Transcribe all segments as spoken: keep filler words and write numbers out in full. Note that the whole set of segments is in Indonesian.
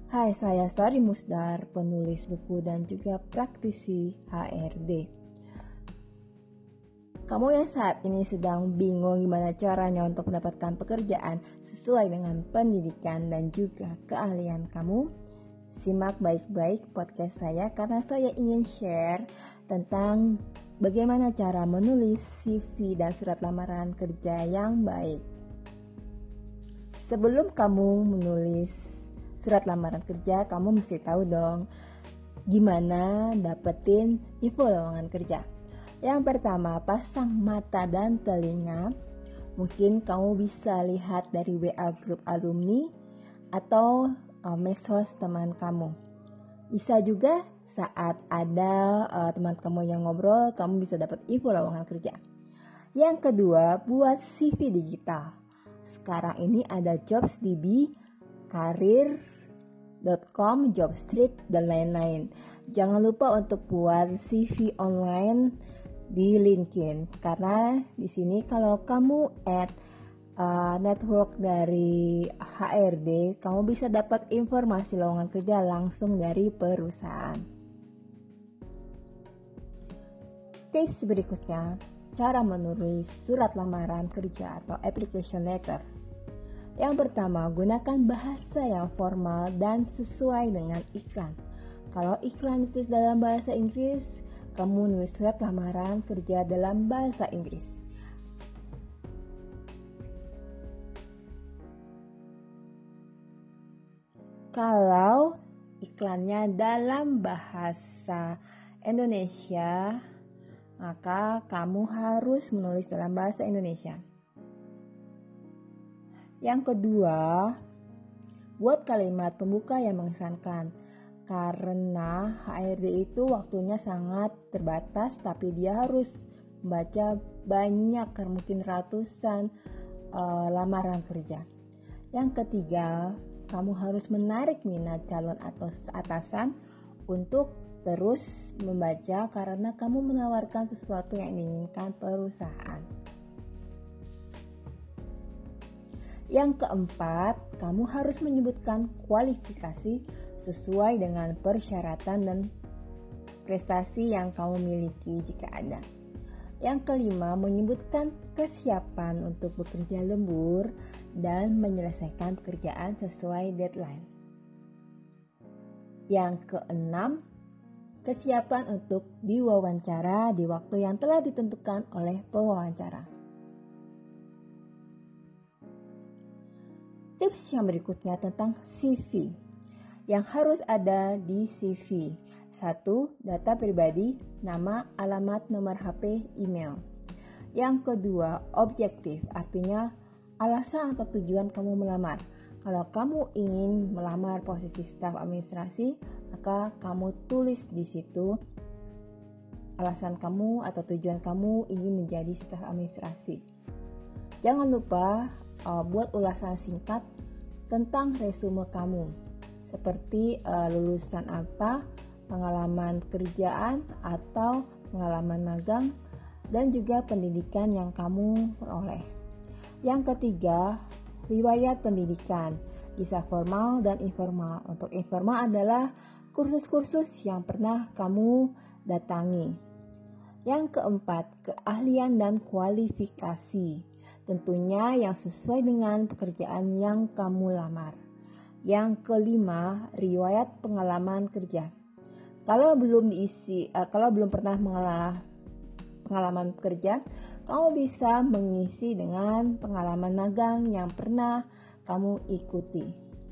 Hai, saya Sari Musdar, penulis buku dan juga praktisi H R D. Kamu yang saat ini sedang bingung gimana caranya untuk mendapatkan pekerjaan sesuai dengan pendidikan dan juga keahlian kamu? Simak baik-baik podcast saya karena saya ingin share tentang bagaimana cara menulis C V dan surat lamaran kerja yang baik. Sebelum kamu menulis surat lamaran kerja, kamu mesti tahu dong gimana dapetin info lowongan kerja. Yang pertama, pasang mata dan telinga. Mungkin kamu bisa lihat dari W A grup alumni atau uh, medsos teman kamu. Bisa juga saat ada uh, teman kamu yang ngobrol, kamu bisa dapat info lowongan kerja. Yang kedua, buat C V digital. Sekarang ini ada JobsDB, karir dot com, Jobstreet, dan lain-lain. Jangan lupa untuk buat C V online di LinkedIn, karena di sini kalau kamu add uh, network dari H R D, kamu bisa dapat informasi lowongan kerja langsung dari perusahaan. Tips berikutnya, cara menulis surat lamaran kerja atau application letter. Yang pertama, gunakan bahasa yang formal dan sesuai dengan iklan. Kalau iklan itu dalam bahasa Inggris, kamu nulis surat lamaran kerja dalam bahasa Inggris. Kalau iklannya dalam bahasa Indonesia, maka kamu harus menulis dalam bahasa Indonesia. Yang kedua, buat kalimat pembuka yang mengesankan. Karena H R D itu waktunya sangat terbatas, tapi dia harus membaca banyak, mungkin ratusan uh, lamaran kerja. Yang ketiga, kamu harus menarik minat calon atau atasan untuk terus membaca karena kamu menawarkan sesuatu yang diinginkan perusahaan. Yang keempat, kamu harus menyebutkan kualifikasi sesuai dengan persyaratan dan prestasi yang kamu miliki jika ada. Yang kelima, menyebutkan kesiapan untuk bekerja lembur dan menyelesaikan pekerjaan sesuai deadline. Yang keenam, kesiapan untuk diwawancara di waktu yang telah ditentukan oleh pewawancara. Tips yang berikutnya tentang C V yang harus ada di C V. Satu, data pribadi, nama, alamat, nomor H P, email. Yang kedua, objektif, artinya alasan atau tujuan kamu melamar. Kalau kamu ingin melamar posisi staf administrasi, maka kamu tulis di situ alasan kamu atau tujuan kamu ingin menjadi staf administrasi. Jangan lupa uh, buat ulasan singkat tentang resume kamu, seperti uh, lulusan apa, pengalaman pekerjaan atau pengalaman magang, dan juga pendidikan yang kamu peroleh. Yang ketiga, riwayat pendidikan, bisa formal dan informal. Untuk informal adalah kursus-kursus yang pernah kamu datangi. Yang keempat, keahlian dan kualifikasi. Tentunya yang sesuai dengan pekerjaan yang kamu lamar. Yang kelima, riwayat pengalaman kerja. Kalau belum diisi, uh, kalau belum pernah mengalah pengalaman kerja, kamu bisa mengisi dengan pengalaman magang yang pernah kamu ikuti.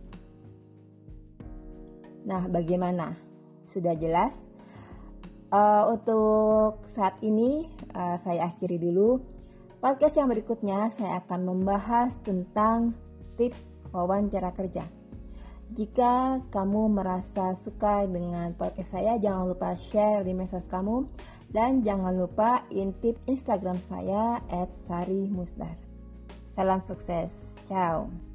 Nah, bagaimana? Sudah jelas? Uh, untuk saat ini uh, saya akhiri dulu. Podcast yang berikutnya saya akan membahas tentang tips wawancara kerja. Jika kamu merasa suka dengan podcast saya, jangan lupa share di medsos kamu dan jangan lupa intip Instagram saya et sari musdar. Salam sukses, ciao.